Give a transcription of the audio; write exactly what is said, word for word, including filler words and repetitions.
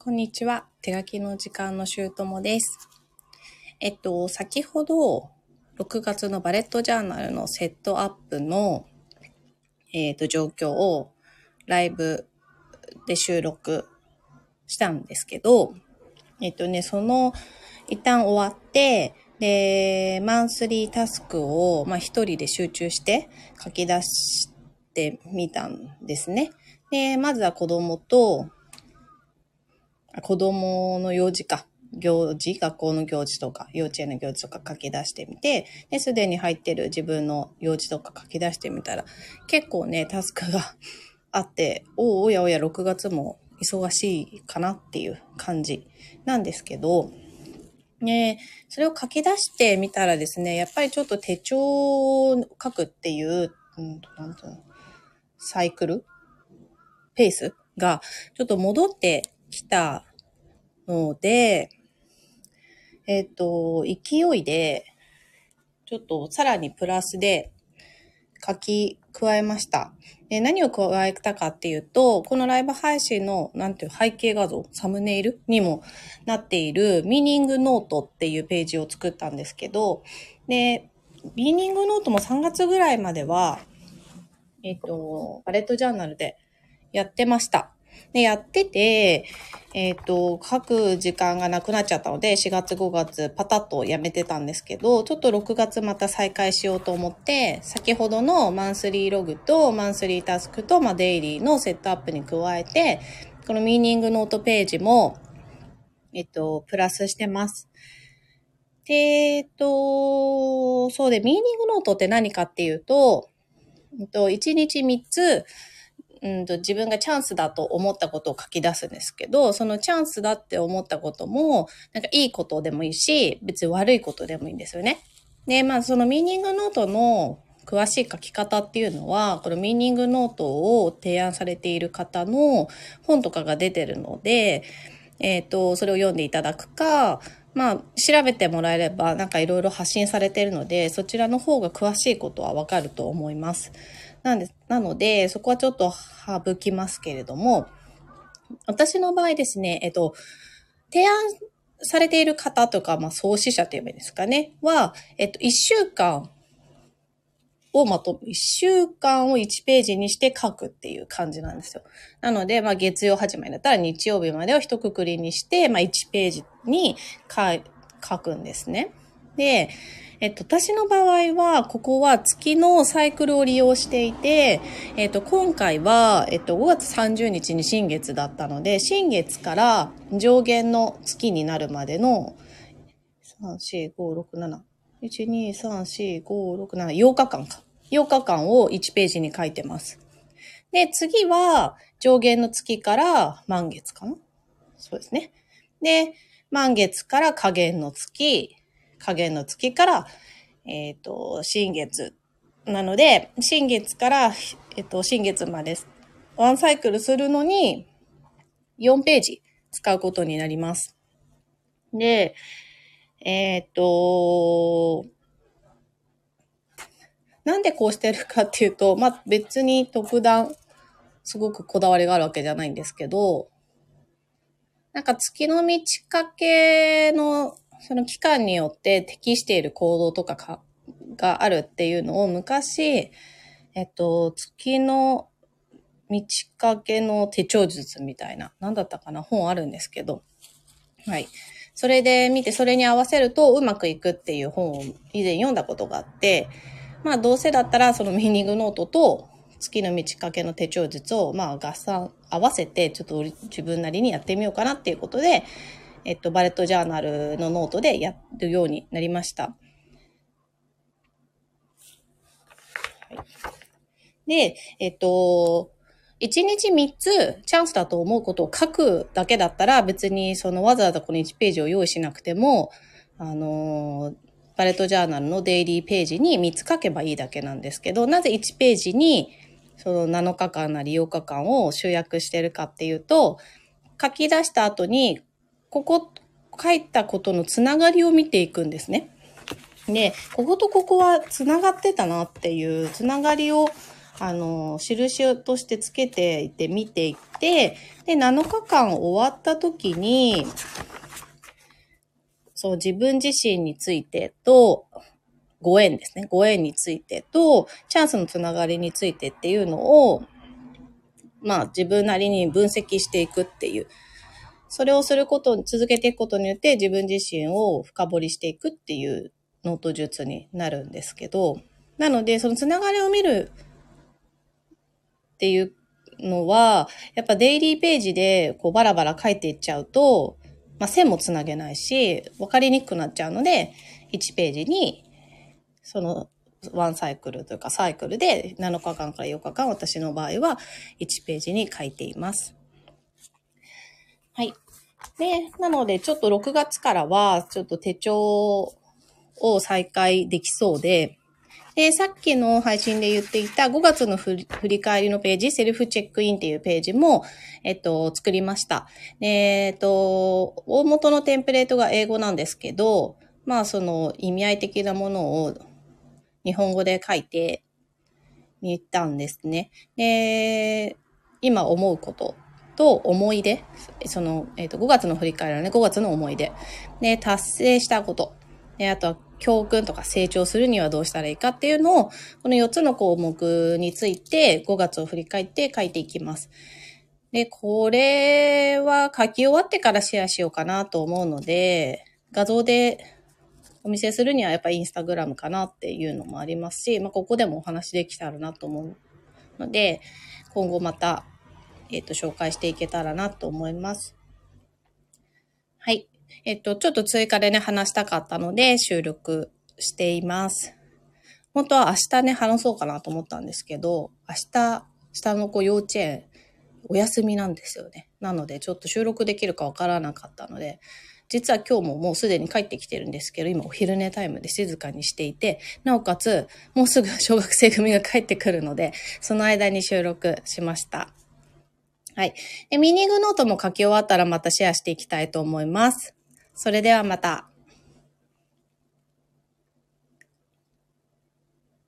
こんにちは。手書きの時間のしゅうともです。えっと、先ほどろくがつのバレットジャーナルのセットアップの、えっと、状況をライブで収録したんですけど、えっとね、その一旦終わって、で、マンスリータスクを、まあ、一人で集中して書き出してみたんですね。で、まずは子供と、子供の幼児か。行事、学校の行事とか、幼稚園の行事とか書き出してみて、で、すでに入ってる自分の用事とか書き出してみたら、結構ね、タスクがあって、おおやおやろくがつも忙しいかなっていう感じなんですけど、ね、それを書き出してみたらですね、やっぱりちょっと手帳を書くっていう、うん、なんていうの、サイクルペースがちょっと戻ってきたので、えっと、勢いで、ちょっとさらにプラスで書き加えました。で、何を加えたかっていうと、このライブ配信の、なんていう背景画像、サムネイルにもなっているミーニングノートっていうページを作ったんですけど、で、ミーニングノートもさんがつぐらいまでは、えっと、バレットジャーナルでやってました。で、やってて、えっと、書く時間がなくなっちゃったので、しがつごがつパタッとやめてたんですけど、ちょっとろくがつまた再開しようと思って、先ほどのマンスリーログとマンスリータスクと、まあ、デイリーのセットアップに加えて、このミーニングノートページも、えっと、プラスしてます。で、えっと、そうで、ミーニングノートって何かっていうと、えっと、いちにちみっつ、うんと、自分がチャンスだと思ったことを書き出すんですけど、そのチャンスだって思ったことも、なんかいいことでもいいし、別に悪いことでもいいんですよね。で、まあそのミーニングノートの詳しい書き方っていうのは、このミーニングノートを提案されている方の本とかが出てるので、えっと、それを読んでいただくか、まあ、調べてもらえれば、なんかいろいろ発信されているので、そちらの方が詳しいことはわかると思います。なんで、なので、そこはちょっと省きますけれども、私の場合ですね、えっと、提案されている方とか、まあ、創始者といえばいいですかね、は、えっと、いっしゅうかんをまとめ、いっしゅうかんをいちページにして書くっていう感じなんですよ。なので、まあ、月曜始まりだったら日曜日までを一括りにして、まあ、いちページに書くんですね。で、えっと、私の場合は、ここは月のサイクルを利用していて、えっと、今回は、えっと、ごがつさんじゅうにちに新月だったので、新月から上限の月になるまでの、さん、よん、ご、ろく、なな、いち、に、さん、よん、ご、ろく、なな、ようかかんか。ようかかんをいちページに書いてます。で、次は上限の月から満月かな？そうですね。で、満月から下限の月、下限の月から、えっと、新月。なので、新月から、えっと、新月までワンサイクルするのによんページ使うことになります。で、えっと、なんでこうしてるかっていうと、まあ、別に特段すごくこだわりがあるわけじゃないんですけど、なんか月の満ち欠けのその期間によって適している行動とかかがあるっていうのを昔、えっと、月の満ち欠けの手帳術みたいな、なんだったかな、本あるんですけど、はい。それで見て、それに合わせるとうまくいくっていう本を以前読んだことがあって、まあどうせだったらそのミーニングノートと月の満ち欠けの手帳術をまあ合算合わせてちょっと自分なりにやってみようかなっていうことで、えっと、バレットジャーナルのノートでやるようになりました。はい、で、えっと、いちにちみっつチャンスだと思うことを書くだけだったら別にそのわざわざこのいちページを用意しなくても、あのー、バレットジャーナルのデイリーページにみっつ書けばいいだけなんですけど、なぜいちページにそのなのかかんなりようかかんを集約してるかっていうと、書き出した後に、ここ書いたことのつながりを見ていくんですね。で、こことここはつながってたなっていうつながりをあの、印としてつけていって見ていって、で、なのかかん終わった時に、そう、自分自身についてと、ご縁ですね。ご縁についてと、チャンスのつながりについてっていうのを、まあ自分なりに分析していくっていう。それをすることに、続けていくことによって自分自身を深掘りしていくっていうノート術になるんですけど、なのでそのつながりを見るっていうのは、やっぱデイリーページでこうバラバラ書いていっちゃうと、まあ線もつなげないし、わかりにくくなっちゃうので、いちページにそのワンサイクルというかサイクルでなのかかんからよっかかん、私の場合はいちページに書いています。はい。で、なのでちょっとろくがつからはちょっと手帳を再開できそうで、で、さっきの配信で言っていたごがつの振り返りのページ、セルフチェックインっていうページも、えっと、作りました。で、えっと、大元のテンプレートが英語なんですけど、まあその意味合い的なものを日本語で書いてみたんですね。で、今思うことと思い出、その、えっと、ごがつの振り返りのね、ごがつの思い出。で、達成したこと。で、あとは教訓とか成長するにはどうしたらいいかっていうのを、このよっつの項目についてごがつを振り返って書いていきます。で、これは書き終わってからシェアしようかなと思うので、画像でお見せするにはやっぱりインスタグラムかなっていうのもありますし、まあ、ここでもお話できたらなと思うので、今後また、えっと、紹介していけたらなと思います。はい。えっと、ちょっと追加でね、話したかったので、収録しています。本当は明日ね、話そうかなと思ったんですけど、明日、下の子幼稚園、お休みなんですよね。なので、ちょっと収録できるかわからなかったので、実は今日ももうすでに帰ってきてるんですけど、今お昼寝タイムで静かにしていて、なおかつ、もうすぐ小学生組が帰ってくるので、その間に収録しました。はい。で、ミーニングノートも書き終わったらまたシェアしていきたいと思います。それではまた。